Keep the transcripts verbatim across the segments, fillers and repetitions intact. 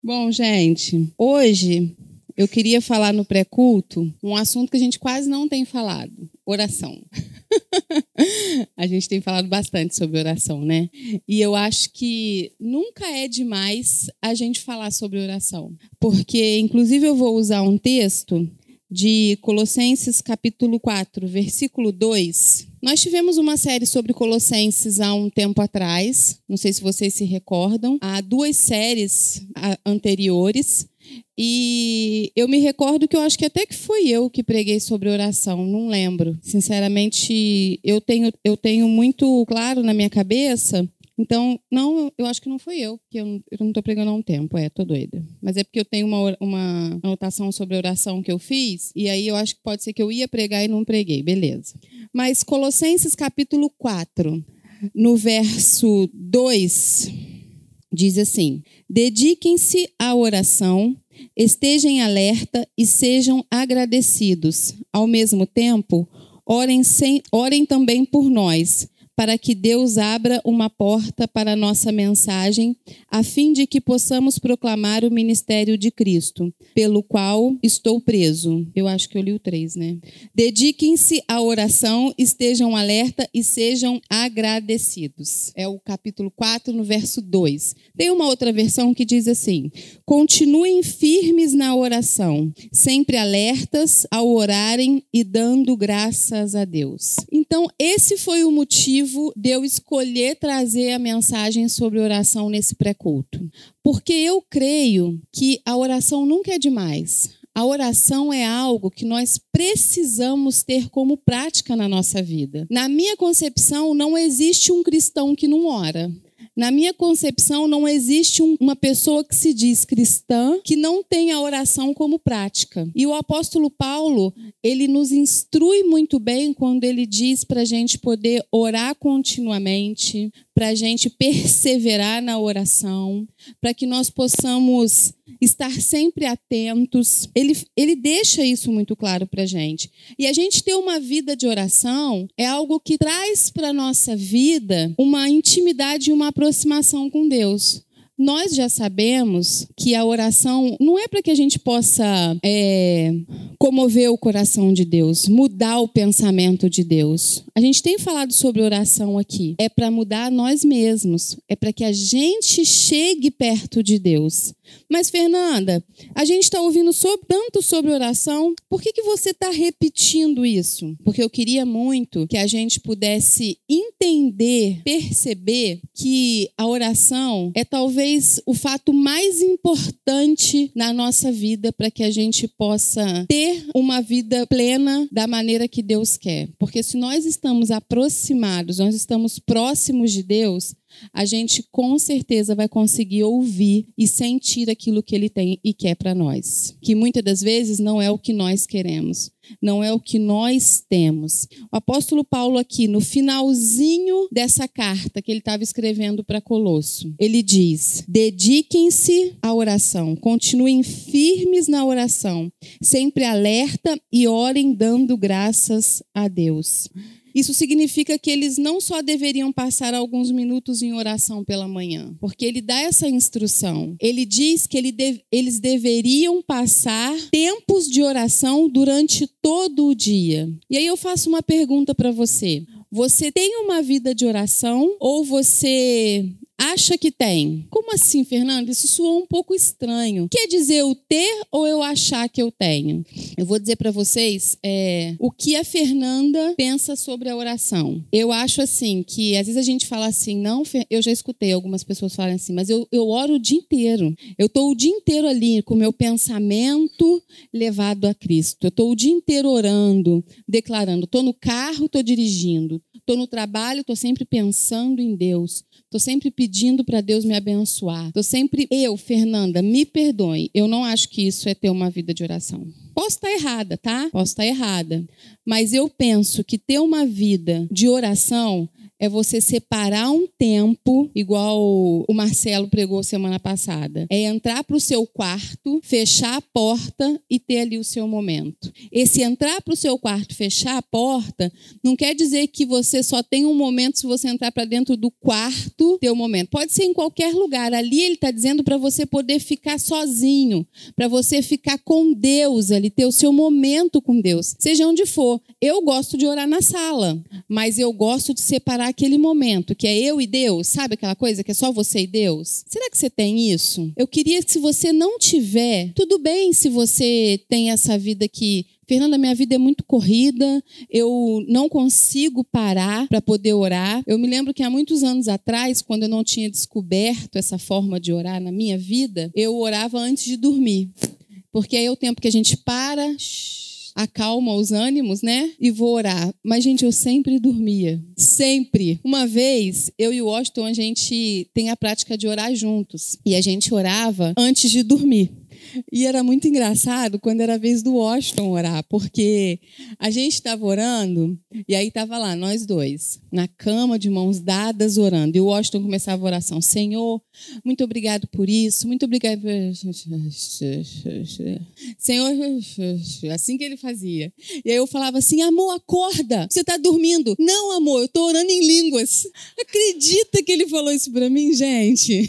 Bom, gente, hoje eu queria falar no pré-culto um assunto que a gente quase não tem falado: oração. A gente tem falado bastante sobre oração, né? E eu acho que nunca é demais a gente falar sobre oração. Porque, inclusive, eu vou usar um texto de Colossenses capítulo quatro, versículo dois. Nós tivemos uma série sobre Colossenses há um tempo atrás, não sei se vocês se recordam, há duas séries anteriores, e eu me recordo que eu acho que até que foi eu que preguei sobre oração, não lembro. Sinceramente, eu tenho, eu tenho muito claro na minha cabeça. Então, não, eu acho que não fui eu, porque eu, eu não estou pregando há um tempo, é, tô doida. Mas é porque eu tenho uma, uma anotação sobre oração que eu fiz, e aí eu acho que pode ser que eu ia pregar e não preguei, beleza. Mas Colossenses capítulo quatro, no verso dois, diz assim: dediquem-se à oração, estejam em alerta e sejam agradecidos. Ao mesmo tempo, orem, sem, orem também por nós, para que Deus abra uma porta para a nossa mensagem, a fim de que possamos proclamar o ministério de Cristo, pelo qual estou preso. Eu acho que eu li o três, né? Dediquem-se à oração, estejam alerta e sejam agradecidos. É o capítulo quatro, no verso dois. Tem uma outra versão que diz assim: continuem firmes na oração, sempre alertas ao orarem e dando graças a Deus. Então, esse foi o motivo de eu escolher trazer a mensagem sobre oração nesse pré-culto. Porque eu creio que a oração nunca é demais. A oração é algo que nós precisamos ter como prática na nossa vida. Na minha concepção, não existe um cristão que não ora. Na minha concepção, não existe um, uma pessoa que se diz cristã que não tem a oração como prática. E o apóstolo Paulo, ele nos instrui muito bem quando ele diz para a gente poder orar continuamente, para a gente perseverar na oração, para que nós possamos estar sempre atentos. Ele, ele deixa isso muito claro para a gente. E a gente ter uma vida de oração é algo que traz para a nossa vida uma intimidade e uma aproximação com Deus. Nós já sabemos que a oração não é para que a gente possa é, comover o coração de Deus, mudar o pensamento de Deus. A gente tem falado sobre oração aqui. É para mudar nós mesmos. É para que a gente chegue perto de Deus. Mas, Fernanda, a gente está ouvindo sobre, tanto sobre oração, por que, que você está repetindo isso? Porque eu queria muito que a gente pudesse entender, perceber que a oração é talvez o fato mais importante na nossa vida para que a gente possa ter uma vida plena da maneira que Deus quer. Porque se nós estamos aproximados, nós estamos próximos de Deus, a gente com certeza vai conseguir ouvir e sentir aquilo que Ele tem e quer para nós. Que muitas das vezes não é o que nós queremos, não é o que nós temos. O apóstolo Paulo aqui, no finalzinho dessa carta que ele estava escrevendo para Colosso, ele diz: dediquem-se à oração, continuem firmes na oração, sempre alerta e orem dando graças a Deus. Isso significa que eles não só deveriam passar alguns minutos em oração pela manhã, porque ele dá essa instrução. Ele diz que ele deve, eles deveriam passar tempos de oração durante todo o dia. E aí eu faço uma pergunta para você. Você tem uma vida de oração ou você acha que tem? Como assim, Fernanda? Isso soou um pouco estranho. Quer dizer eu ter ou eu achar que eu tenho? Eu vou dizer para vocês é, o que a Fernanda pensa sobre a oração. Eu acho assim, que às vezes a gente fala assim, não, eu já escutei algumas pessoas falarem assim, mas eu, eu oro o dia inteiro. Eu estou o dia inteiro ali com o meu pensamento levado a Cristo. Eu estou o dia inteiro orando, declarando. Estou no carro, estou dirigindo. Estou no trabalho, estou sempre pensando em Deus. Estou sempre pedindo para Deus me abençoar. Estou sempre... Eu, Fernanda, me perdoe. Eu não acho que isso é ter uma vida de oração. Posso estar errada, tá? Posso estar errada. Mas eu penso que ter uma vida de oração é você separar um tempo, igual o Marcelo pregou semana passada. É entrar para o seu quarto, fechar a porta e ter ali o seu momento. Esse entrar para o seu quarto, fechar a porta, não quer dizer que você só tem um momento se você entrar para dentro do quarto, ter o momento. Pode ser em qualquer lugar. Ali ele está dizendo para você poder ficar sozinho, para você ficar com Deus ali, ter o seu momento com Deus, seja onde for. Eu gosto de orar na sala, mas eu gosto de separar aquele momento, que é eu e Deus, sabe aquela coisa que é só você e Deus? Será que você tem isso? Eu queria que se você não tiver, tudo bem se você tem essa vida que, Fernanda, minha vida é muito corrida, eu não consigo parar para poder orar. Eu me lembro que há muitos anos atrás, quando eu não tinha descoberto essa forma de orar na minha vida, eu orava antes de dormir, porque aí é o tempo que a gente para, acalma os ânimos, né? E vou orar. Mas, gente, eu sempre dormia. Sempre. Uma vez, eu e o Washington, a gente tem a prática de orar juntos. E a gente orava antes de dormir. E era muito engraçado quando era a vez do Washington orar, porque a gente estava orando e aí estava lá, nós dois, na cama, de mãos dadas, orando. E o Washington começava a oração: Senhor, muito obrigado por isso, muito obrigado por... Senhor, assim que ele fazia. E aí eu falava assim: amor, acorda, você está dormindo. Não, amor, eu estou orando em línguas. Acredita que ele falou isso para mim, gente?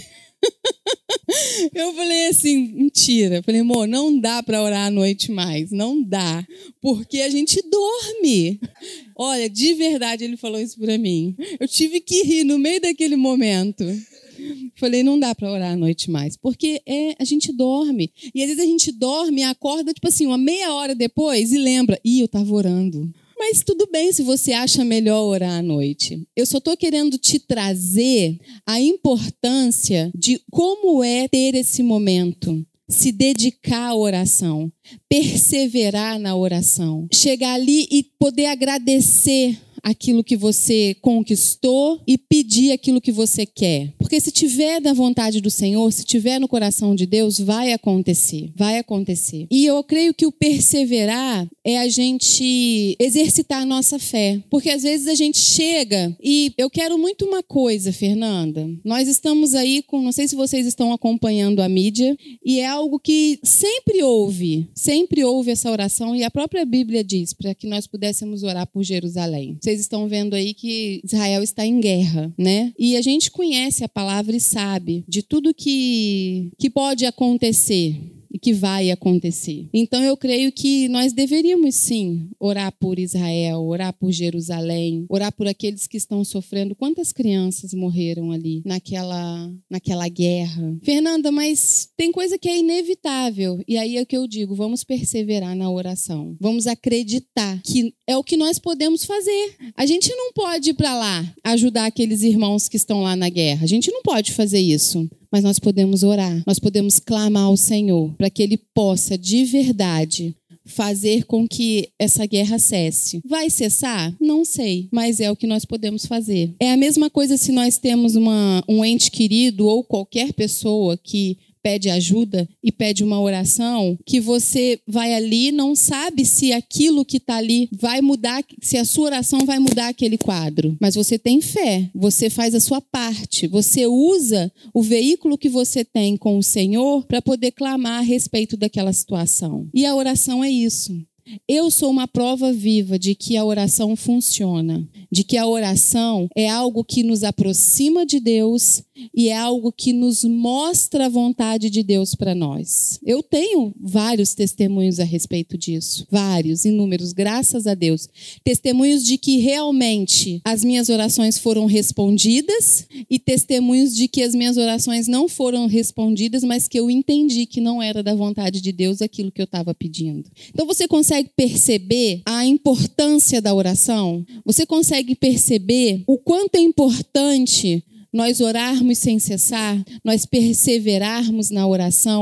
Eu falei assim, mentira. Eu falei, amor, não dá para orar à noite mais. Não dá. Porque a gente dorme. Olha, de verdade ele falou isso para mim. Eu tive que rir no meio daquele momento. Falei, não dá para orar à noite mais. Porque é, a gente dorme. E às vezes a gente dorme e acorda, tipo assim, uma meia hora depois e lembra, ih, eu estava orando. Mas tudo bem se você acha melhor orar à noite. Eu só estou querendo te trazer a importância de como é ter esse momento. Se dedicar à oração. Perseverar na oração. Chegar ali e poder agradecer aquilo que você conquistou e pedir aquilo que você quer. Porque se tiver da vontade do Senhor, se tiver no coração de Deus, vai acontecer. Vai acontecer. E eu creio que o perseverar é a gente exercitar a nossa fé. Porque às vezes a gente chega e eu quero muito uma coisa, Fernanda. Nós estamos aí com, não sei se vocês estão acompanhando a mídia, e é algo que sempre houve, sempre houve essa oração, e a própria Bíblia diz, para que nós pudéssemos orar por Jerusalém. Vocês estão vendo aí que Israel está em guerra, né? E a gente conhece a palavra e sabe de tudo que, que pode acontecer e que vai acontecer. Então eu creio que nós deveríamos sim orar por Israel, orar por Jerusalém, orar por aqueles que estão sofrendo. Quantas crianças morreram ali naquela, naquela guerra? Fernanda, mas tem coisa que é inevitável. E aí é o que eu digo, vamos perseverar na oração. Vamos acreditar que é o que nós podemos fazer. A gente não pode ir para lá ajudar aqueles irmãos que estão lá na guerra. A gente não pode fazer isso. Mas nós podemos orar, nós podemos clamar ao Senhor para que Ele possa, de verdade, fazer com que essa guerra cesse. Vai cessar? Não sei, mas é o que nós podemos fazer. É a mesma coisa se nós temos uma, um ente querido ou qualquer pessoa que pede ajuda e pede uma oração, que você vai ali, não sabe se aquilo que está ali vai mudar, se a sua oração vai mudar aquele quadro. Mas você tem fé, você faz a sua parte, você usa o veículo que você tem com o Senhor para poder clamar a respeito daquela situação. E a oração é isso. Eu sou uma prova viva de que a oração funciona, de que a oração é algo que nos aproxima de Deus e é algo que nos mostra a vontade de Deus para nós. Eu tenho vários testemunhos a respeito disso, vários, inúmeros, graças a Deus. Testemunhos de que realmente as minhas orações foram respondidas e testemunhos de que as minhas orações não foram respondidas, mas que eu entendi que não era da vontade de Deus aquilo que eu estava pedindo. Então você consegue perceber a importância da oração? Você consegue perceber o quanto é importante nós orarmos sem cessar, nós perseverarmos na oração,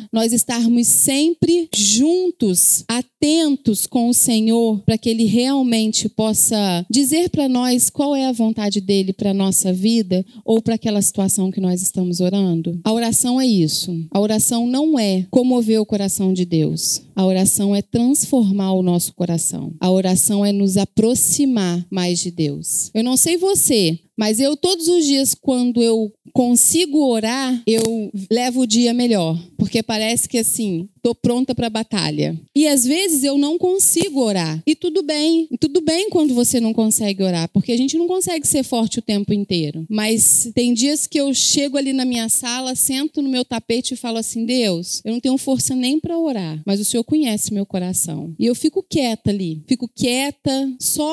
nós estarmos sempre juntos, atentos com o Senhor, para que Ele realmente possa dizer para nós qual é a vontade dEle para a nossa vida ou para aquela situação que nós estamos orando? A oração é isso. A oração não é comover o coração de Deus. A oração é transformar o nosso coração. A oração é nos aproximar mais de Deus. Eu não sei você, mas eu todos os dias, quando eu consigo orar, eu levo o dia melhor. Porque parece que assim, estou pronta para a batalha. E às vezes eu não consigo orar. E tudo bem. E tudo bem quando você não consegue orar. Porque a gente não consegue ser forte o tempo inteiro. Mas tem dias que eu chego ali na minha sala, sento no meu tapete e falo assim, Deus, eu não tenho força nem para orar. Mas o Senhor conhece meu coração. E eu fico quieta ali. Fico quieta,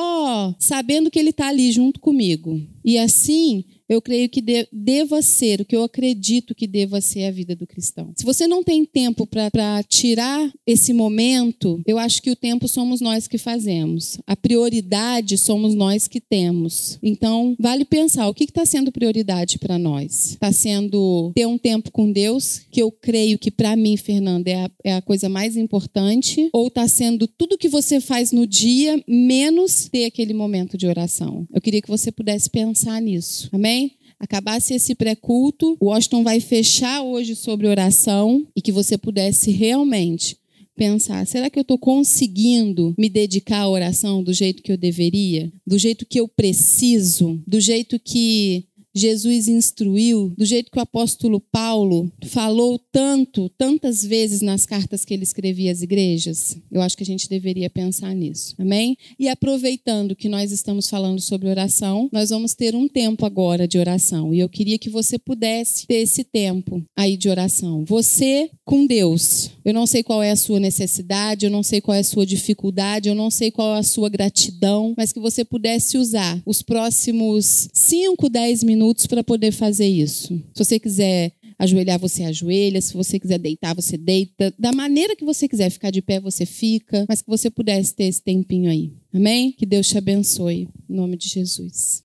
só sabendo que Ele está ali junto comigo. E assim, eu creio que de, deva ser, o que eu acredito que deva ser a vida do cristão. Se você não tem tempo para tirar esse momento, eu acho que o tempo somos nós que fazemos. A prioridade somos nós que temos. Então, vale pensar, o que está sendo prioridade para nós? Está sendo ter um tempo com Deus, que eu creio que para mim, Fernanda, é a, é a coisa mais importante? Ou está sendo tudo que você faz no dia, menos ter aquele momento de oração? Eu queria que você pudesse pensar nisso. Amém? Acabasse esse pré-culto, o Washington vai fechar hoje sobre oração e que você pudesse realmente pensar, será que eu estou conseguindo me dedicar à oração do jeito que eu deveria? Do jeito que eu preciso? Do jeito que Jesus instruiu, do jeito que o apóstolo Paulo falou tanto, tantas vezes nas cartas que ele escrevia às igrejas? Eu acho que a gente deveria pensar nisso, amém? E aproveitando que nós estamos falando sobre oração, nós vamos ter um tempo agora de oração. E eu queria que você pudesse ter esse tempo aí de oração. Você com Deus. Eu não sei qual é a sua necessidade, eu não sei qual é a sua dificuldade, eu não sei qual é a sua gratidão, mas que você pudesse usar os próximos cinco, dez minutos para poder fazer isso. Se você quiser ajoelhar, você ajoelha. Se você quiser deitar, você deita. Da maneira que você quiser, ficar de pé, você fica. Mas que você pudesse ter esse tempinho aí. Amém? Que Deus te abençoe. Em nome de Jesus.